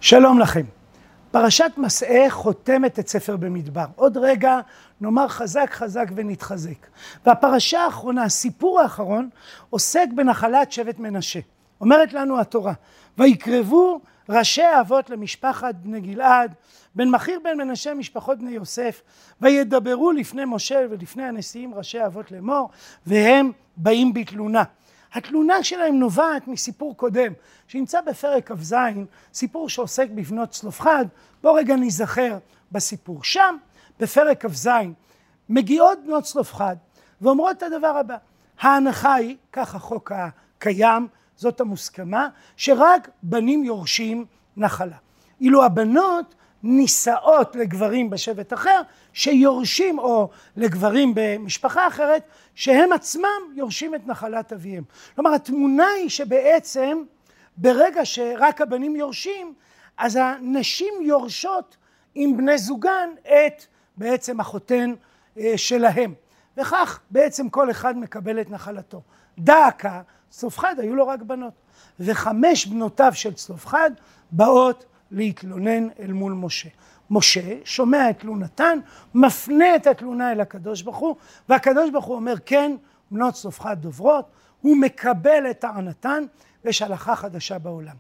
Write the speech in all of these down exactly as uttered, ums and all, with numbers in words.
שלום לכם. פרשת מסעי חותמת את ספר במדבר. עוד רגע נאמר חזק חזק ונתחזק. והפרשה האחרונה, הסיפור האחרון, עוסק בנחלת שבט מנשה. אומרת לנו התורה, ויקרבו ראשי האבות למשפחת בני גלעד, בן מכיר בן מנשה משפחות בני יוסף, וידברו לפני משה ולפני הנשיאים ראשי האבות לאמור, והם באים בתלונה. התלונה שלהם נובעת מסיפור קודם, שנמצא בפרק כ"ז, סיפור שעוסק בבנות צלופחד. בוא רגע נזכר בסיפור. שם, בפרק כ"ז, מגיעות בנות צלופחד, ואומרות את הדבר הבא, ההנחה היא, כך החוק הקיים, זאת המוסכמה, שרק בנים יורשים נחלה. אילו הבנות נישאות לגברים בשבט אחר, שיורשים, או לגברים במשפחה אחרת, שהם עצמם יורשים את נחלת אביהם. כלומר, התמונה היא שבעצם ברגע שרק הבנים יורשים, אז הנשים יורשות עם בני זוגן את בעצם החותן שלהם. וכך בעצם כל אחד מקבל את נחלתו. דאקה, צלופחד היו לו רק בנות. וחמש בנותיו של צלופחד באות להתלונן אל מול משה. משה שומע את תלונתן, מפנה את התלונה אל הקדוש ברוך הוא, והקדוש ברוך הוא אומר כן, בנות צלופחד דוברות, הוא מקבל את טענתן, ויש הלכה חדשה בעולם.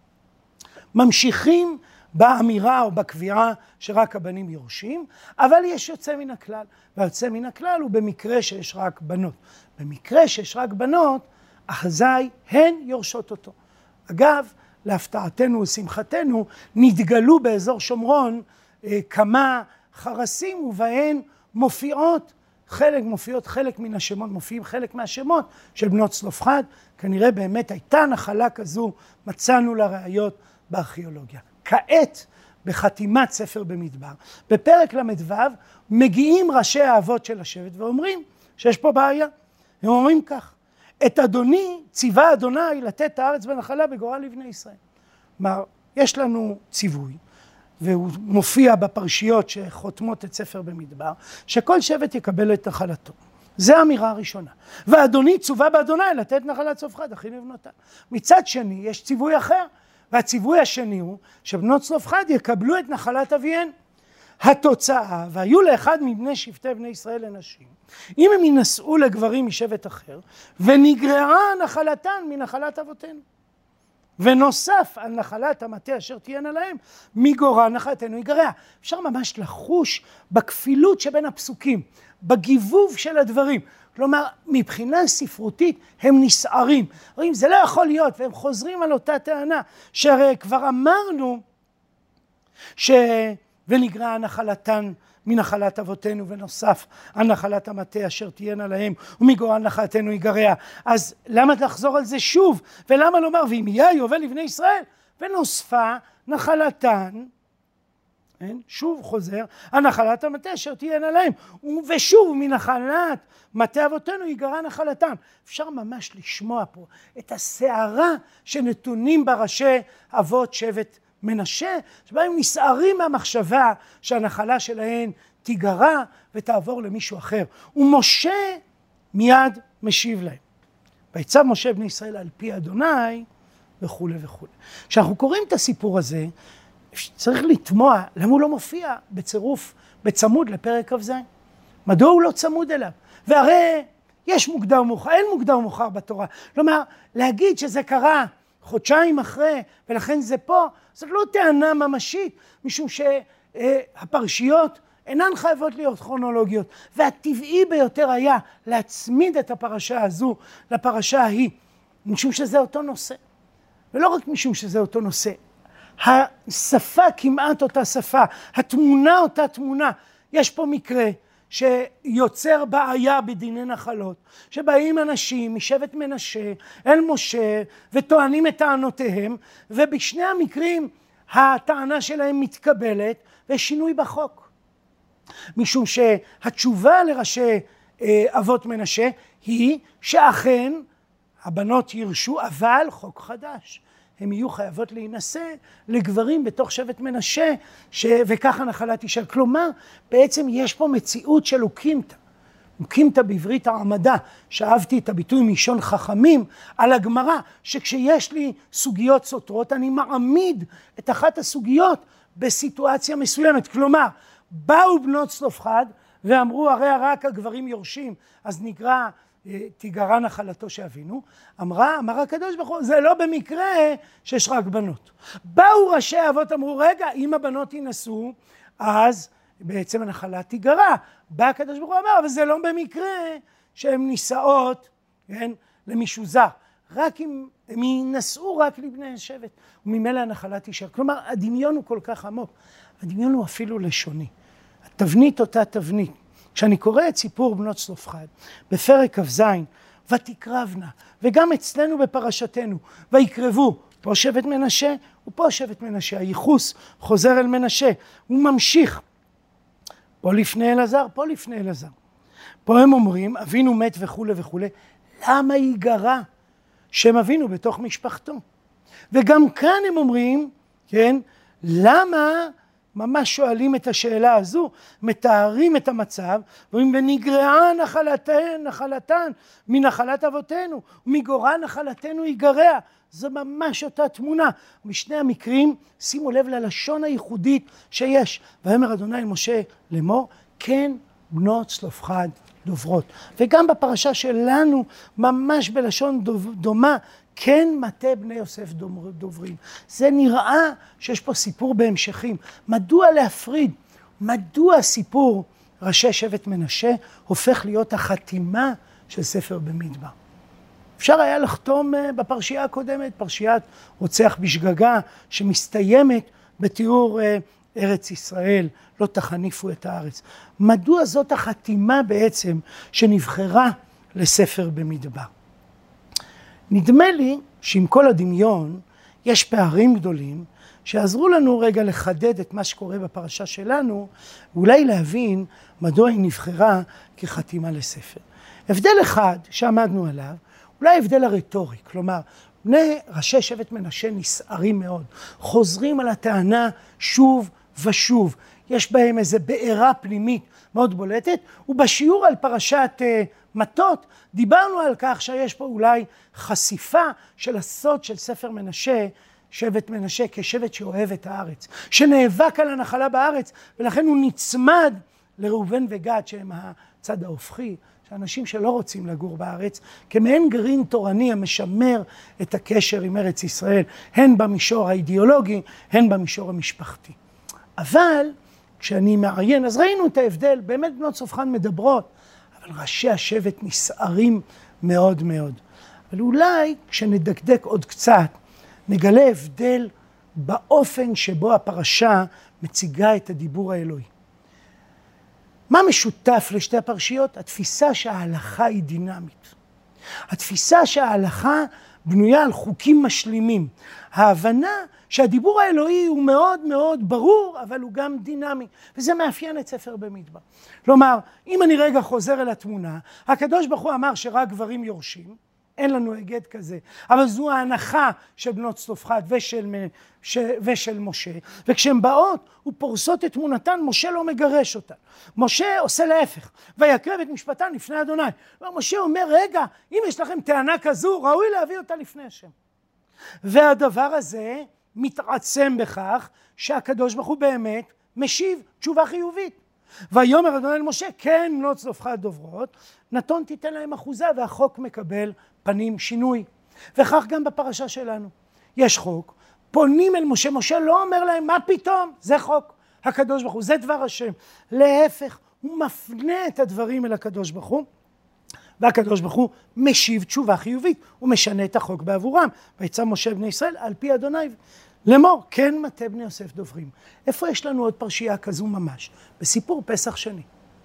ממשיכים באמירה או בקביעה שרק הבנים יורשים, אבל יש יוצא מן הכלל, והיוצא מן הכלל הוא במקרה שיש רק בנות. במקרה שיש רק בנות, אזי הן יורשות אותו. אגב, להפתעתנו ושמחתנו, נתגלו באזור שומרון אה, כמה חרסים, ובהן מופיעות חלק, מופיעות חלק מן השמות, מופיעים חלק מהשמות של בנות צלופחד. כנראה באמת הייתה נחלה כזו, מצאנו לה ראיות בארכיאולוגיה. כעת, בחתימת ספר במדבר, בפרק למדו, מגיעים ראשי האבות של השבט ואומרים שיש פה בעיה. הם אומרים כך, את אדוני ציווה אדוני לתת הארץ בנחלה בגורל לבני ישראל. כלומר, יש לנו ציווי, והוא מופיע בפרשיות שחותמות את ספר במדבר, שכל שבט יקבל את נחלתו. זו האמירה הראשונה. ואדוני צווה באדוני לתת נחלת צלופחד, אחי לבנותה. מצד שני, יש ציווי אחר, והציווי השני הוא שבנות צלופחד יקבלו את נחלת אביהן. התוצאה, והיו לאחד מבני שבטי בני ישראל לנשים, אם הם ינסעו לגברים משבט אחר, ונגרעה נחלתן מנחלת אבותינו. ונוסף על נחלת המטה אשר תהיינה להם, מגורל נחלתנו יגרע. אפשר ממש לחוש בכפילות שבין הפסוקים, בגיבוב של הדברים. כלומר, מבחינה ספרותית הם נסערים. רואים, זה לא יכול להיות, והם חוזרים על אותה טענה, שהרי כבר אמרנו ש... ונגרע נחלתן מנחלת אבותינו, ונוסף על נחלת המטה אשר תהיינה להם, ומגורל נחלתנו יגרע. אז למה לחזור על זה שוב? ולמה לומר, ואם יהיה יובל לבני ישראל, ונוספה נחלתן, כן? שוב חוזר, הנחלת המטה אשר תהיינה להם, ושוב מנחלת מטה אבותינו יגרע נחלתן. אפשר ממש לשמוע פה את הסערה שנתונים בראשי אבות שבט מנשה, שבהם נסערים מהמחשבה שהנחלה שלהן תיגרע ותעבור למישהו אחר. ומשה מיד משיב להם. ויצב משה בני ישראל על פי אדוני וכו' וכו'. כשאנחנו קוראים את הסיפור הזה, צריך לתמוע למה הוא לא מופיע בצירוף, בצמוד לפרק כ"ז. מדוע הוא לא צמוד אליו? והרי יש מוקדם ומאוחר, אין מוקדם ומאוחר בתורה. כלומר, להגיד שזה קרה חודשיים אחרי, ולכן זה פה, זאת לא טענה ממשית, משום שהפרשיות אינן חייבות להיות כרונולוגיות, והטבעי ביותר היה להצמיד את הפרשה הזו לפרשה ההיא, משום שזה אותו נושא. ולא רק משום שזה אותו נושא, השפה כמעט אותה שפה, התמונה אותה תמונה. יש פה מקרה שיוצר בעיה בדיני נחלות, שבאים אנשים משבט מנשה אל משה וטוענים את טענותיהם, ובשני המקרים הטענה שלהם מתקבלת ושינוי בחוק. משום שהתשובה לראשי אבות מנשה היא שאכן הבנות ירשו, אבל חוק חדש. הם יהיו חייבות להינשא לגברים בתוך שבט מנשה, ש... וככה נחלת תישאר. כלומר, בעצם יש פה מציאות של אוקימתא. קימתא בעברית העמדה, שאהבתי את הביטוי מלשון חכמים, על הגמרא, שכשיש לי סוגיות סותרות, אני מעמיד את אחת הסוגיות בסיטואציה מסוימת. כלומר, באו בנות צלופחד ואמרו, הרי רק הגברים יורשים, אז נגרע, תיגרע נחלתו שאבינו. אמרה, אמר הקדוש ברוך הוא, זה לא במקרה שיש רק בנות. באו ראשי האבות, אמרו, רגע, אם הבנות ינסו, אז בעצם הנחלה תיגרע. בא הקדוש ברוך הוא אמר, אבל זה לא במקרה שהן נישאות, כן, למישהו זר. רק אם הם ינסו רק לבני השבט, וממילא הנחלה תישאר. כלומר, הדמיון הוא כל כך עמוק. הדמיון הוא אפילו לשוני. התבנית אותה תבנית. כשאני קורא את סיפור בנות צלופחד, בפרק כ"ז, ותקרבנה, וגם אצלנו בפרשתנו, ויקרבו, פה שבט מנשה, ופה שבט מנשה. הייחוס חוזר אל מנשה, הוא ממשיך. פה לפני אלעזר, פה לפני אלעזר. פה הם אומרים, אבינו מת וכו' וכו', למה ייגרע שם אבינו בתוך משפחתו? וגם כאן הם אומרים, כן, למה ממש שואלים את השאלה הזו, מתארים את המצב, ואומרים, ונגרעה נחלתן, נחלתן, מנחלת אבותינו, ומגורע נחלתנו ייגרע. זו ממש אותה תמונה. בשני המקרים, שימו לב ללשון הייחודית שיש. ואמר אדוני אל משה לאמור, כן בנות צלופחד דוברות. וגם בפרשה שלנו, ממש בלשון דומה, כן מטה בני יוסף דוברים. זה נראה שיש פה סיפור בהמשכים. מדוע להפריד? מדוע סיפור ראשי שבט מנשה הופך להיות החתימה של ספר במדבר? אפשר היה לחתום בפרשייה הקודמת, פרשיית רוצח בשגגה, שמסתיימת בתיאור ארץ ישראל, לא תחניפו את הארץ. מדוע זאת החתימה בעצם שנבחרה לספר במדבר? נדמה לי שעם כל הדמיון יש פערים גדולים שעזרו לנו רגע לחדד את מה שקורה בפרשה שלנו, ואולי להבין מדוע היא נבחרה כחתימה לספר. הבדל אחד שעמדנו עליו, אולי הבדל הרטורי, כלומר, בני ראשי שבט מנשה נסערים מאוד, חוזרים על הטענה שוב ושוב, יש בהם איזו בעירה פנימית מאוד בולטת, ובשיעור על פרשת uh, מטות, דיברנו על כך שיש פה אולי חשיפה של הסוד של ספר מנשה, שבט מנשה כשבט שאוהב את הארץ, שנאבק על הנחלה בארץ, ולכן הוא נצמד לראובן וגד שהם הצד ההופכי, שאנשים שלא רוצים לגור בארץ, כמעין גרעין תורני המשמר את הקשר עם ארץ ישראל, הן במישור האידיאולוגי, הן במישור המשפחתי. אבל כשאני מעיין, אז ראינו את ההבדל, באמת בנות צלופחד מדברות, אבל ראשי השבט נסערים מאוד מאוד. אבל אולי כשנדקדק עוד קצת, נגלה הבדל באופן שבו הפרשה מציגה את הדיבור האלוהי. מה משותף לשתי הפרשיות? התפיסה שההלכה היא דינמית. התפיסה שההלכה בנויה על חוקים משלימים. ההבנה שהדיבור האלוהי הוא מאוד מאוד ברור, אבל הוא גם דינמי. וזה מאפיין את ספר במדבר. כלומר, אם אני רגע חוזר אל התמונה, הקדוש ברוך הוא אמר שרק גברים יורשים, אין לנו היגד כזה, אבל זו ההנחה של בנות צלופחד ושל, ש, ושל משה, וכשהן באות ופורסות את תמונתן, משה לא מגרש אותן. משה עושה להפך, ויקרב את משפטן לפני אדוני. משה אומר, רגע, אם יש לכם טענה כזו, ראוי להביא אותה לפני השם. והדבר הזה מתעצם בכך שהקדוש ברוך הוא באמת משיב תשובה חיובית. ויאמר אדוני אל משה, כן בנות צלופחד דוברות, נתון תיתן להם אחוזה, והחוק מקבל פנים שינוי. וכך גם בפרשה שלנו. יש חוק, פונים אל משה, משה לא אומר להם, מה פתאום? זה חוק הקדוש ברוך הוא, זה דבר השם. להפך, הוא מפנה את הדברים אל הקדוש ברוך הוא, והקדוש ברוך הוא משיב תשובה חיובית, הוא משנה את החוק בעבורם. ויצא משה בני ישראל על פי אדוני לאמור, כן מטה בני יוסף דוברים. איפה יש לנו עוד פרשייה כזו ממש? בסיפור פסח שני.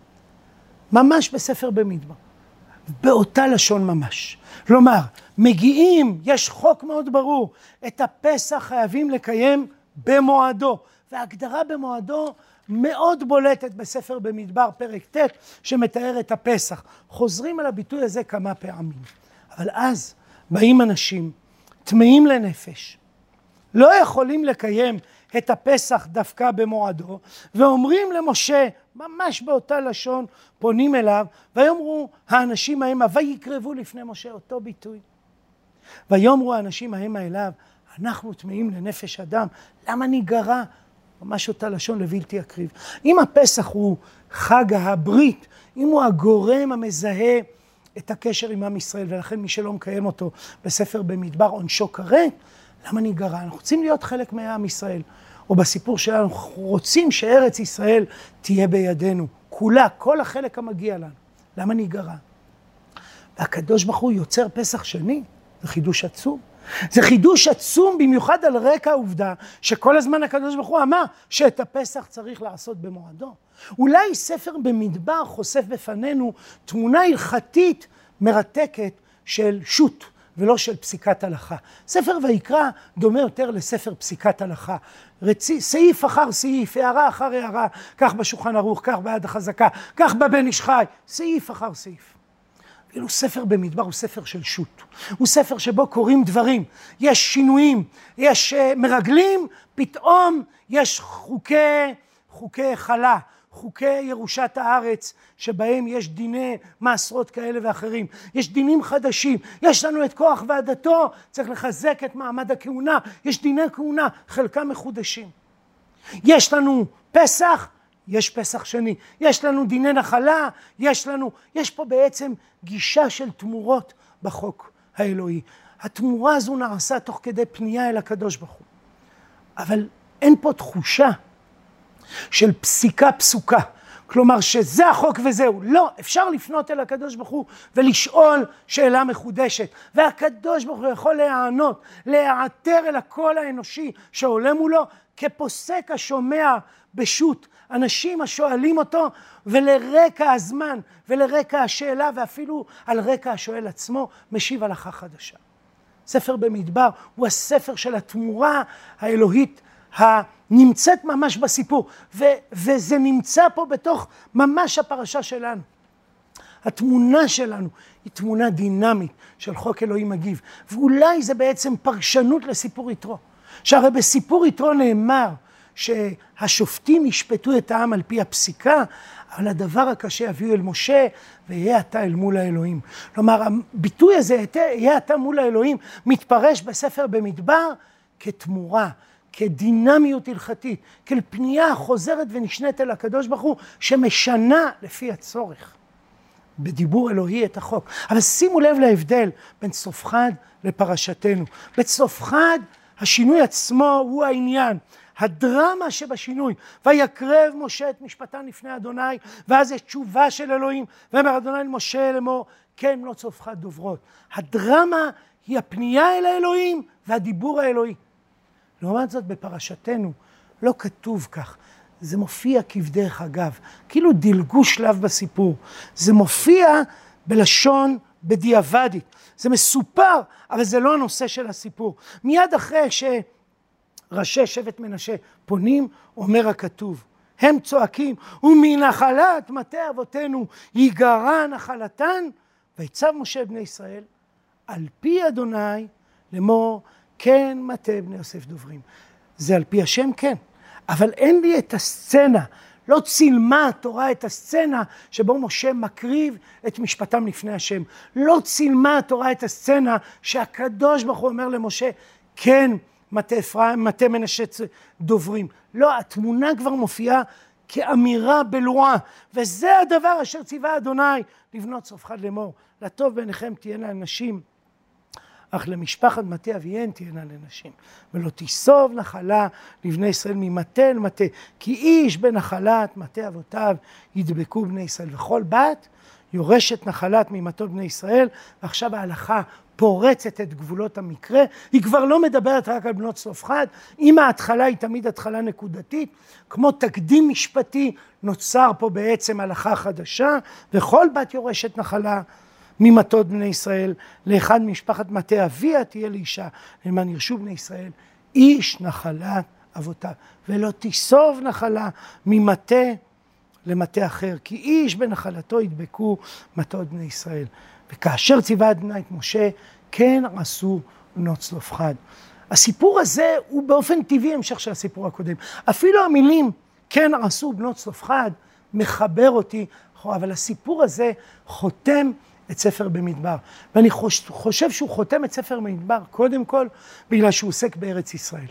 ממש בספר במדבר. באותה לשון ממש. כלומר, מגיעים, יש חוק מאוד ברור, את הפסח חייבים לקיים במועדו. וההגדרה במועדו מאוד בולטת בספר במדבר, פרק ט', שמתאר את הפסח. חוזרים על הביטוי הזה כמה פעמים. אבל אז באים אנשים, טמאים לנפש, לא יכולים לקיים את הפסח דווקא במועדו, ואומרים למשה, ממש באותה לשון, פונים אליו, ויאמרו האנשים ההם, ויקרבו לפני משה, אותו ביטוי. ויאמרו האנשים ההם אליו, אנחנו טמאים לנפש אדם, למה ניגרע? ממש אותה לשון לבלתי אקריב. אם הפסח הוא חג הברית, אם הוא הגורם המזהה את הקשר עם עם ישראל, ולכן מי שלא מקיים אותו בספר במדבר עונשו כרת, למה ניגרע? אנחנו רוצים להיות חלק מעם ישראל, או בסיפור שלנו, אנחנו רוצים שארץ ישראל תהיה בידינו, כולה, כל החלק המגיע לנו. למה ניגרע? והקדוש ברוך הוא יוצר פסח שני, זה חידוש עצום. זה חידוש עצום במיוחד על רקע העובדה שכל הזמן הקדוש ברוך הוא אמר שאת הפסח צריך לעשות במועדו. אולי ספר במדבר חושף בפנינו תמונה הלכתית מרתקת של שו"ת ולא של פסיקת הלכה. ספר ויקרא דומה יותר לספר פסיקת הלכה. רצי, סעיף אחר סעיף, הערה אחר הערה, כך בשולחן ערוך, כך ביד החזקה, כך בבן איש חי, סעיף אחר סעיף. ואילו ספר במדבר הוא ספר של שו"ת. הוא ספר שבו קוראים דברים, יש שינויים, יש uh, מרגלים, פתאום יש חוקי, חוקי חלה, חוקי ירושת הארץ, שבהם יש דיני מעשרות כאלה ואחרים. יש דינים חדשים, יש לנו את כוח ועדתו, צריך לחזק את מעמד הכהונה, יש דיני כהונה, חלקם מחודשים. יש לנו פסח, יש פסח שני, יש לנו דיני נחלה, יש לנו, יש פה בעצם גישה של תמורות בחוק האלוהי. התמורה הזו נעשה תוך כדי פנייה אל הקדוש ברוך הוא. אבל אין פה תחושה של פסיקה פסוקה, כלומר שזה החוק וזהו. לא, אפשר לפנות אל הקדוש ברוך הוא ולשאול שאלה מחודשת, והקדוש ברוך הוא יכול להענות, להעתר אל הקול האנושי שעולה מולו, כפוסק השומע בשו"ת, אנשים השואלים אותו, ולרקע הזמן ולרקע השאלה ואפילו על רקע השואל עצמו משיב הלכה חדשה. ספר במדבר הוא הספר של התמורה האלוהית הנמצאת ממש בסיפור, ו- וזה נמצא פה בתוך ממש הפרשה שלנו. התמונה שלנו היא תמונה דינמית של חוק אלוהים מגיב, ואולי זה בעצם פרשנות לסיפור יתרו. שהרי בסיפור יתרו נאמר שהשופטים ישפטו את העם על פי הפסיקה, אבל הדבר הקשה יביאו אל משה ויהיה אתה אל מול האלוהים. כלומר, הביטוי הזה, יהיה אתה מול האלוהים, מתפרש בספר במדבר כתמורה, כדינמיות הלכתית, כפנייה חוזרת ונשנית אל הקדוש ברוך הוא, שמשנה לפי הצורך בדיבור אלוהי את החוק. אבל שימו לב להבדל בין צלופחד לפרשתנו. בצלופחד השינוי עצמו הוא העניין, הדרמה שבשינוי. ויקרב משה את משפטן לפני אדוני, ואז יש תשובה של אלוהים, ואמר אדוני למשה לאמור, כן לא צלופחד דוברות. הדרמה היא הפנייה אל האלוהים והדיבור האלוהי. לעומת זאת בפרשתנו לא כתוב כך, זה מופיע כבדרך אגב, כאילו דילגו שלב בסיפור. זה מופיע בלשון בדיעבדית, זה מסופר, אבל זה לא הנושא של הסיפור. מיד אחרי שראשי שבט מנשה פונים, אומר הכתוב, הם צועקים, ומנחלת מטה אבותינו ייגרע נחלתן, ויצב משה בני ישראל, על פי אדוני לאמור, כן מטה בני יוסף דוברים. זה על פי השם, כן. אבל אין לי את הסצנה, לא צילמה התורה את הסצנה שבו משה מקריב את משפטם לפני השם. לא צילמה התורה את הסצנה שהקדוש ברוך הוא אומר למשה, כן מטה אפרים, מטה מנשה דוברים. לא, התמונה כבר מופיעה כאמירה בלועה, וזה הדבר אשר ציווה אדוני לבנות צלופחד לאמור. לטוב בעיניכם תהיינה נשים, אך למשפחת מטה אביהן תהיינה לנשים. ולא תיסוב נחלה לבני ישראל ממטה אל מטה, כי איש בנחלת מטה אבותיו ידבקו בני ישראל. וכל בת יורשת נחלת ממטות בני ישראל, ועכשיו ההלכה פורצת את גבולות המקרה. היא כבר לא מדברת רק על בנות צלופחד, אם ההתחלה היא תמיד התחלה נקודתית, כמו תקדים משפטי, נוצר פה בעצם הלכה חדשה, וכל בת יורשת נחלה ממטות בני ישראל, לאחד משפחת מטה אביה תהיה לאישה, למען ירשו בני ישראל, איש נחלת אבותיו, ולא תיסוב נחלה ממטה למטה אחר, כי איש בנחלתו ידבקו מטות בני ישראל. וכאשר ציווה אדוני את משה, כן עשו בנות צלופחד. הסיפור הזה הוא באופן טבעי המשך של הסיפור הקודם. אפילו המילים כן עשו בנות צלופחד מחבר אותי, אבל הסיפור הזה חותם את ספר במדבר. ואני חושב שהוא חותם את ספר במדבר קודם כל בגלל שהוא עוסק בארץ ישראל.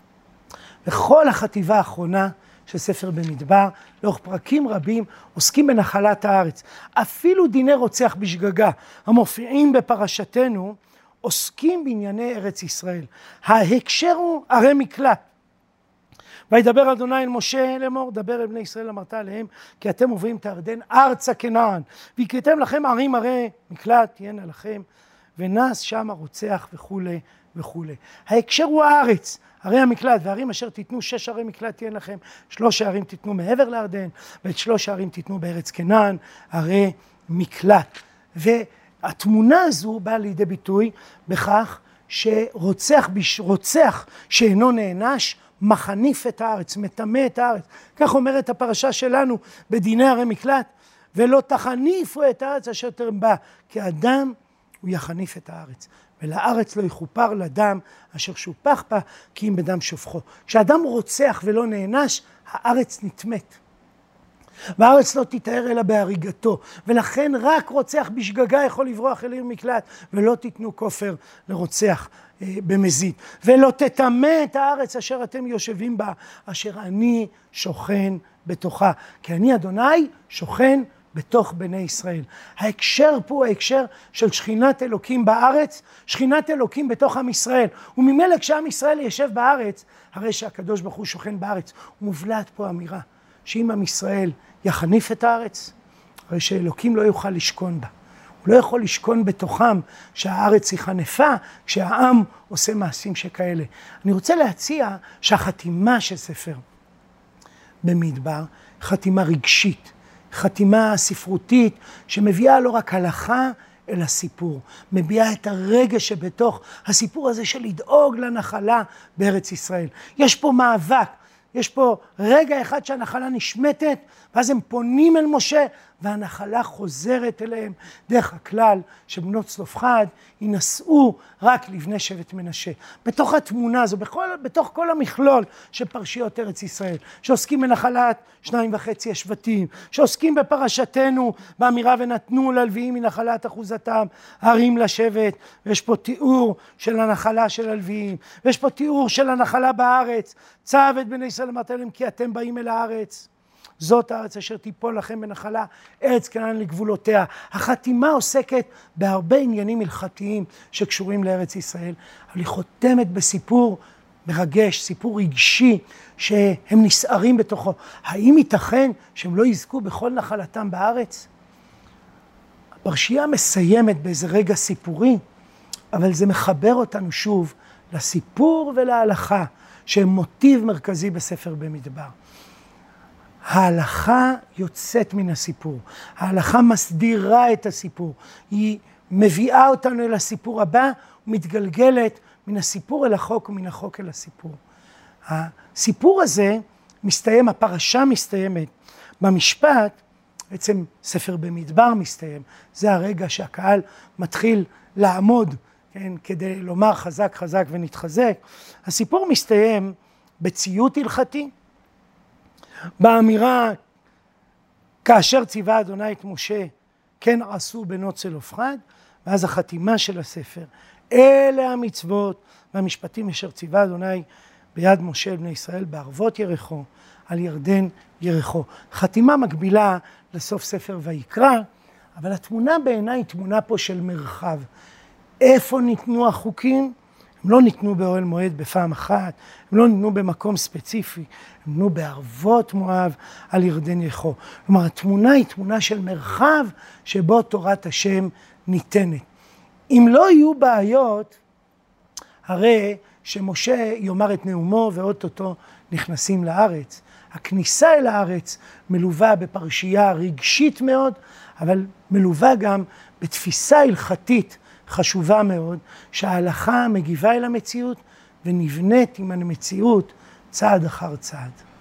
וכל החטיבה האחרונה של ספר במדבר, לאורך פרקים רבים, עוסקים בנחלת הארץ. אפילו דיני רוצח בשגגה המופיעים בפרשתנו, עוסקים בענייני ארץ ישראל. ההקשר הוא ערי מקלט. וידבר אדוני אל משה לאמור, דבר אל בני ישראל אמרת עליהם, כי אתם עוברים את הירדן ארצה כנען, והקראתם לכם ערים ערי מקלט תהיינה לכם, ונס שם הרוצח וכולי וכולי. ההקשר הוא הארץ, ערי המקלט, והערים אשר תיתנו שש ערי מקלט תהיינה לכם, שלוש הערים תיתנו מעבר לירדן, ואת שלוש הערים תיתנו בארץ כנען, ערי מקלט. והתמונה הזו באה לידי ביטוי בכך שרוצח רוצח שאינו נענש, מחניף את הארץ, מטמא את הארץ. כך אומרת הפרשה שלנו בדיני ערי מקלט, ולא תחניפו את הארץ אשר תרם בה, כי האדם הוא יחניף את הארץ. ולארץ לא יכופר לדם אשר שופח בה, כי אם בדם שופכו. כשאדם רוצח ולא נענש, הארץ נטמאת. והארץ לא תתאר אלא בהריגתו, ולכן רק רוצח בשגגה יכול לברוח אל עיר מקלט, ולא תיתנו כופר לרוצח אה, במזיד. ולא תטמא את הארץ אשר אתם יושבים בה, אשר אני שוכן בתוכה. כי אני אדוני שוכן בתוך בני ישראל. ההקשר פה הוא ההקשר של שכינת אלוקים בארץ, שכינת אלוקים בתוך עם ישראל. וממילא כשעם ישראל ישב בארץ, הרי שהקדוש ברוך הוא שוכן בארץ. ומובלעת פה אמירה, שאם עם ישראל יחניף את הארץ, הרי שאלוקים לא יוכל לשכון בה. הוא לא יכול לשכון בתוכם שהארץ היא חנפה, כשהעם עושה מעשים שכאלה. אני רוצה להציע שהחתימה של ספר במדבר, חתימה רגשית, חתימה ספרותית, שמביאה לא רק הלכה, אלא סיפור. מביאה את הרגש שבתוך הסיפור הזה של לדאוג לנחלה בארץ ישראל. יש פה מאבק, יש פה רגע אחד שהנחלה נשמטת, ואז הם פונים אל משה, והנחלה חוזרת אליהם דרך הכלל שבנות צלופחד ינשאו רק לבני שבט מנשה. בתוך התמונה הזו, בכל, בתוך כל המכלול של פרשיות ארץ ישראל, שעוסקים בנחלת שניים וחצי השבטים, שעוסקים בפרשתנו באמירה ונתנו ללוויים מנחלת אחוזתם, ערים לשבט, ויש פה תיאור של הנחלה של הלוויים, ויש פה תיאור של הנחלה בארץ, צו את בני ישראל אמרת להם כי אתם באים אל הארץ. זאת הארץ אשר תיפול לכם בנחלה, ארץ כנען לגבולותיה. החתימה עוסקת בהרבה עניינים הלכתיים שקשורים לארץ ישראל, אבל היא חותמת בסיפור מרגש, סיפור רגשי שהם נסערים בתוכו. האם ייתכן שהם לא יזכו בכל נחלתם בארץ? הפרשייה מסיימת באיזה רגע סיפורי, אבל זה מחבר אותנו שוב לסיפור ולהלכה, שהם מוטיב מרכזי בספר במדבר. ההלכה יוצאת מן הסיפור, ההלכה מסדירה את הסיפור, היא מביאה אותנו אל הסיפור הבא, ומתגלגלת מן הסיפור אל החוק ומן החוק אל הסיפור. הסיפור הזה מסתיים, הפרשה מסתיימת במשפט, בעצם ספר במדבר מסתיים, זה הרגע שהקהל מתחיל לעמוד, כן, כדי לומר חזק חזק ונתחזק. הסיפור מסתיים בציות הלכתי, באמירה כאשר ציווה אדוני את משה כן עשו בנות צלופחד, ואז החתימה של הספר, אלה המצוות והמשפטים אשר ציווה אדוני ביד משה בני ישראל בערבות יריחו על ירדן יריחו. חתימה מקבילה לסוף ספר ויקרא, אבל התמונה בעיניי היא תמונה פה של מרחב. איפה ניתנו החוקים? הם לא ניתנו באוהל מועד בפעם אחת, הם לא ניתנו במקום ספציפי, הם ניתנו בערבות מואב על ירדן יריחו. כלומר, התמונה היא תמונה של מרחב שבו תורת השם ניתנת. אם לא יהיו בעיות, הרי שמשה יאמר את נאומו ואו-טו-טו נכנסים לארץ. הכניסה אל הארץ מלווה בפרשייה רגשית מאוד, אבל מלווה גם בתפיסה הלכתית חשובה מאוד, שההלכה מגיבה אל המציאות ונבנית עם המציאות צעד אחר צעד.